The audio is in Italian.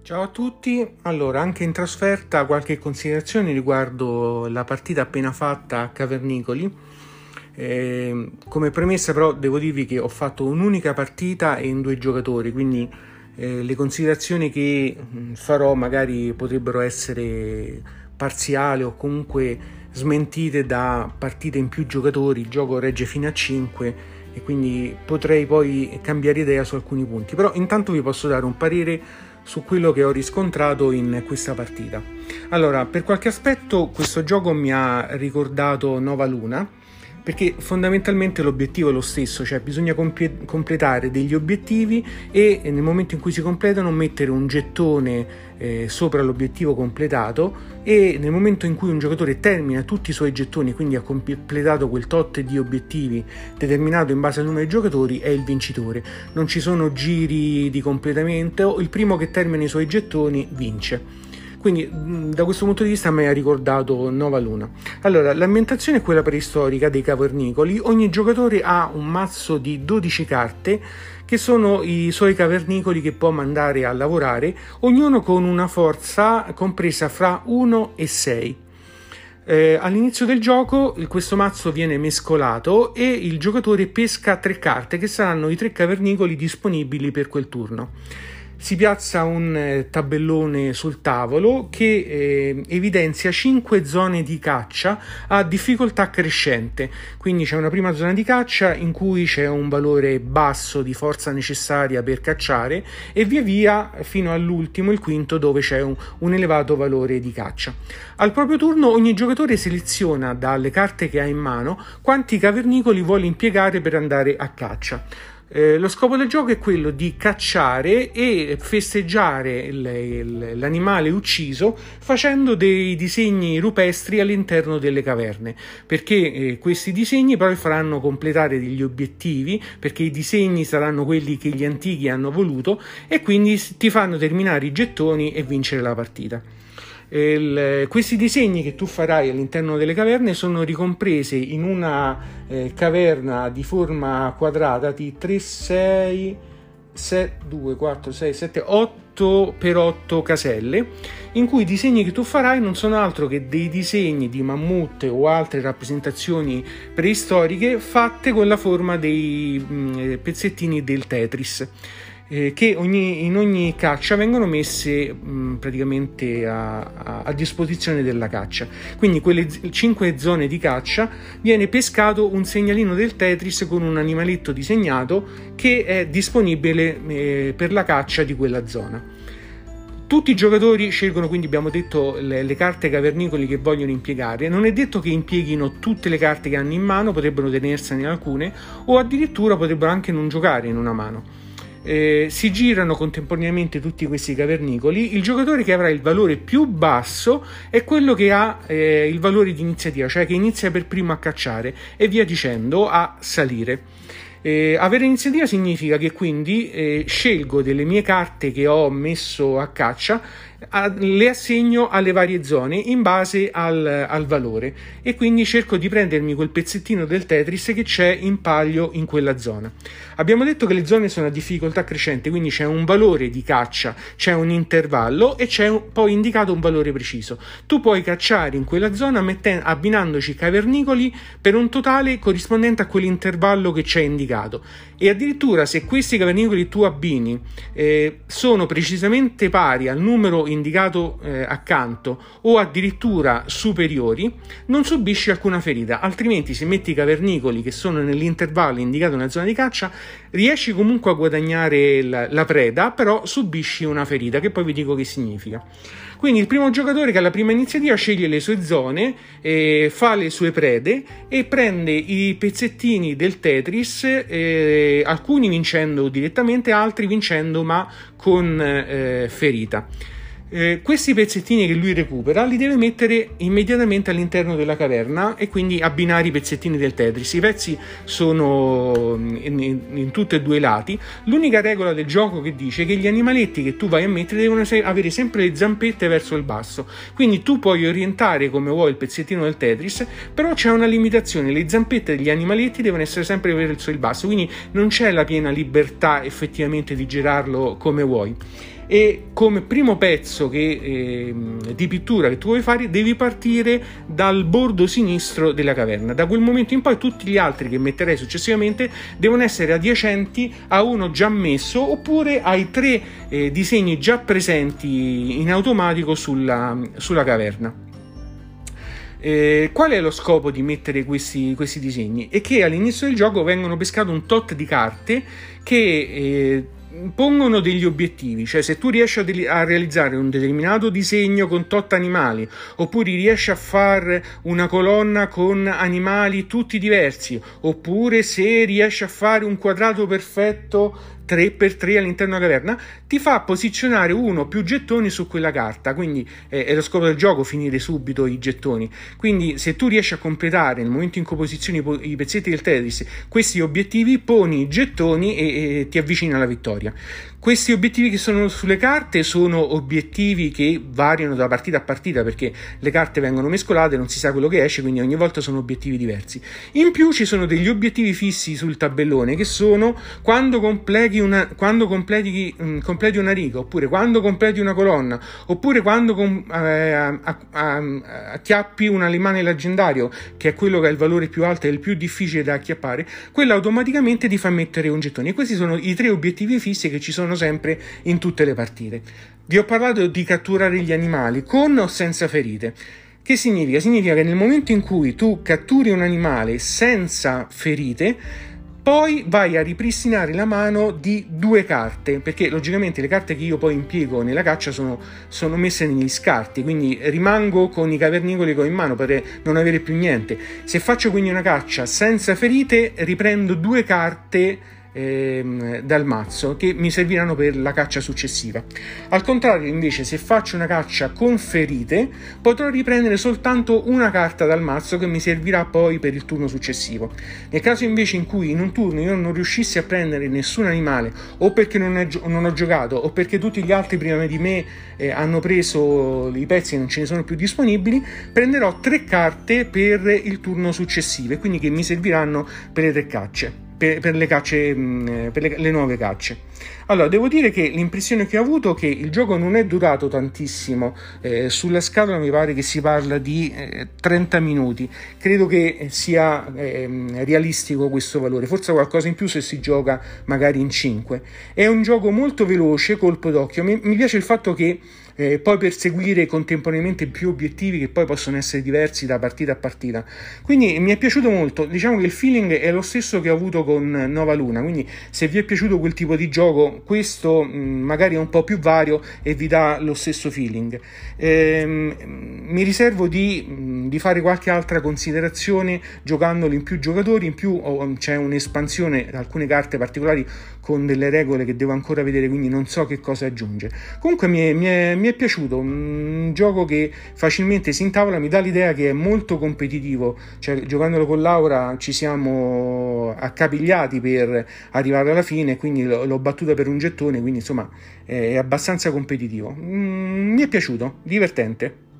Ciao a tutti, allora anche in trasferta qualche considerazione riguardo la partita appena fatta a Cavernicoli. Come premessa però devo dirvi che ho fatto un'unica partita e in 2 giocatori, quindi le considerazioni che farò magari potrebbero essere parziali o comunque smentite da partite in più giocatori. Il gioco regge fino a 5 e quindi potrei poi cambiare idea su alcuni punti, però intanto vi posso dare un parere su quello che ho riscontrato in questa partita. Allora, per qualche aspetto questo gioco mi ha ricordato Nova Luna, perché fondamentalmente l'obiettivo è lo stesso, cioè bisogna completare degli obiettivi e nel momento in cui si completano mettere un gettone sopra l'obiettivo completato, e nel momento in cui un giocatore termina tutti i suoi gettoni, quindi ha completato quel tot di obiettivi determinato in base al numero di giocatori, è il vincitore. Non ci sono giri di completamento, il primo che termina i suoi gettoni vince. Quindi da questo punto di vista mi ha ricordato Nova Luna. Allora, l'ambientazione è quella preistorica dei cavernicoli. Ogni giocatore ha un mazzo di 12 carte che sono i suoi cavernicoli che può mandare a lavorare, ognuno con una forza compresa fra 1 e 6. All'inizio del gioco questo mazzo viene mescolato e il giocatore pesca 3 carte che saranno i 3 cavernicoli disponibili per quel turno. Si piazza un tabellone sul tavolo che evidenzia 5 zone di caccia a difficoltà crescente, quindi c'è una prima zona di caccia in cui c'è un valore basso di forza necessaria per cacciare e via via fino all'ultimo, il quinto, dove c'è un elevato valore di caccia. Al proprio turno ogni giocatore seleziona dalle carte che ha in mano quanti cavernicoli vuole impiegare per andare a caccia. Lo scopo del gioco è quello di cacciare e festeggiare l'animale ucciso facendo dei disegni rupestri all'interno delle caverne, perché questi disegni poi faranno completare degli obiettivi, perché i disegni saranno quelli che gli antichi hanno voluto e quindi ti fanno terminare i gettoni e vincere la partita. Questi disegni che tu farai all'interno delle caverne sono ricompresi in una caverna di forma quadrata di 3, 6, 2, 4, 6, 7, 8 per 8 caselle, in cui i disegni che tu farai non sono altro che dei disegni di mammut o altre rappresentazioni preistoriche fatte con la forma dei pezzettini del Tetris, che in ogni caccia vengono messe praticamente a disposizione della caccia. Quindi quelle 5 zone di caccia viene pescato un segnalino del Tetris con un animaletto disegnato che è disponibile per la caccia di quella zona. Tutti i giocatori scelgono, quindi abbiamo detto, le carte cavernicoli che vogliono impiegare. Non è detto che impieghino tutte le carte che hanno in mano, potrebbero tenersene alcune o addirittura potrebbero anche non giocare in una mano. Si girano contemporaneamente tutti questi cavernicoli. Il giocatore che avrà il valore più basso è quello che ha il valore di iniziativa, cioè che inizia per primo a cacciare e via dicendo a salire. Avere iniziativa significa che quindi scelgo delle mie carte che ho messo a caccia, le assegno alle varie zone in base al valore e quindi cerco di prendermi quel pezzettino del Tetris che c'è in palio in quella zona. Abbiamo detto che le zone sono a difficoltà crescente, quindi c'è un valore di caccia, c'è un intervallo e c'è poi indicato un valore preciso. Tu puoi cacciare in quella zona abbinandoci cavernicoli per un totale corrispondente a quell'intervallo che c'è indicato, e addirittura se questi cavernicoli tu abbini sono precisamente pari al numero indicato accanto o addirittura superiori, non subisci alcuna ferita. Altrimenti, se metti i cavernicoli che sono nell'intervallo indicato nella zona di caccia, riesci comunque a guadagnare la preda, però subisci una ferita, che poi vi dico che significa. Quindi il primo giocatore che ha la prima iniziativa sceglie le sue zone, fa le sue prede e prende i pezzettini del Tetris, alcuni vincendo direttamente, altri vincendo ma con ferita. Questi pezzettini che lui recupera li deve mettere immediatamente all'interno della caverna e quindi abbinare i pezzettini del Tetris. I pezzi sono in tutti e due i lati. L'unica regola del gioco che dice che gli animaletti che tu vai a mettere devono avere sempre le zampette verso il basso, quindi tu puoi orientare come vuoi il pezzettino del Tetris, però c'è una limitazione: le zampette degli animaletti devono essere sempre verso il basso, quindi non c'è la piena libertà effettivamente di girarlo come vuoi. e come primo pezzo di pittura che tu vuoi fare devi partire dal bordo sinistro della caverna. Da quel momento in poi tutti gli altri che metterai successivamente devono essere adiacenti a uno già messo oppure ai 3 disegni già presenti in automatico sulla caverna. Qual è lo scopo di mettere questi disegni? È che all'inizio del gioco vengono pescate un tot di carte che pongono degli obiettivi, cioè se tu riesci a realizzare un determinato disegno con tot animali, oppure riesci a fare una colonna con animali tutti diversi, oppure se riesci a fare un quadrato perfetto 3x3 all'interno della caverna, ti fa posizionare uno o più gettoni su quella carta. Quindi è lo scopo del gioco finire subito i gettoni. Quindi se tu riesci a completare nel momento in cui posizioni i pezzetti del Tetris questi obiettivi, poni i gettoni e ti avvicini alla vittoria. Questi obiettivi che sono sulle carte sono obiettivi che variano da partita a partita, perché le carte vengono mescolate, non si sa quello che esce, quindi ogni volta sono obiettivi diversi. In più ci sono degli obiettivi fissi sul tabellone, che sono quando completi una riga, oppure quando completi una colonna, oppure quando acchiappi un animale leggendario, che è quello che ha il valore più alto e il più difficile da acchiappare, quello automaticamente ti fa mettere un gettone. E questi sono i 3 obiettivi fissi che ci sono sempre in tutte le partite. Vi ho parlato di catturare gli animali con o senza ferite. Che significa? Significa che nel momento in cui tu catturi un animale senza ferite, poi vai a ripristinare la mano di 2 carte, perché logicamente le carte che io poi impiego nella caccia sono messe negli scarti, quindi rimango con i cavernicoli che ho in mano per non avere più niente. Se faccio quindi una caccia senza ferite, riprendo 2 carte dal mazzo che mi serviranno per la caccia successiva. Al contrario, invece, se faccio una caccia con ferite, potrò riprendere soltanto una carta dal mazzo che mi servirà poi per il turno successivo. Nel caso invece in cui in un turno io non riuscissi a prendere nessun animale, o perché non ho giocato, o perché tutti gli altri prima di me hanno preso i pezzi e non ce ne sono più disponibili, prenderò 3 carte per il turno successivo, e quindi che mi serviranno per le 3 cacce. Per le cacce, per le nuove cacce. Allora, devo dire che l'impressione che ho avuto è che il gioco non è durato tantissimo. Sulla scatola mi pare che si parla di 30 minuti. Credo che sia realistico questo valore, forse qualcosa in più se si gioca magari in 5. È un gioco molto veloce, colpo d'occhio. Mi piace il fatto che poi perseguire contemporaneamente più obiettivi che poi possono essere diversi da partita a partita. Quindi mi è piaciuto molto. Diciamo che il feeling è lo stesso che ho avuto con Nova Luna, quindi se vi è piaciuto quel tipo di gioco, questo magari è un po' più vario e vi dà lo stesso feeling. Mi riservo di fare qualche altra considerazione giocandolo in più giocatori. In più c'è un'espansione, alcune carte particolari con delle regole che devo ancora vedere, quindi non so che cosa aggiunge. Comunque mi è piaciuto, un gioco che facilmente si intavola, mi dà l'idea che è molto competitivo, cioè giocandolo con Laura ci siamo accapigliati per arrivare alla fine, quindi l'ho battuta per un gettone, quindi insomma è abbastanza competitivo. Mi è piaciuto, divertente.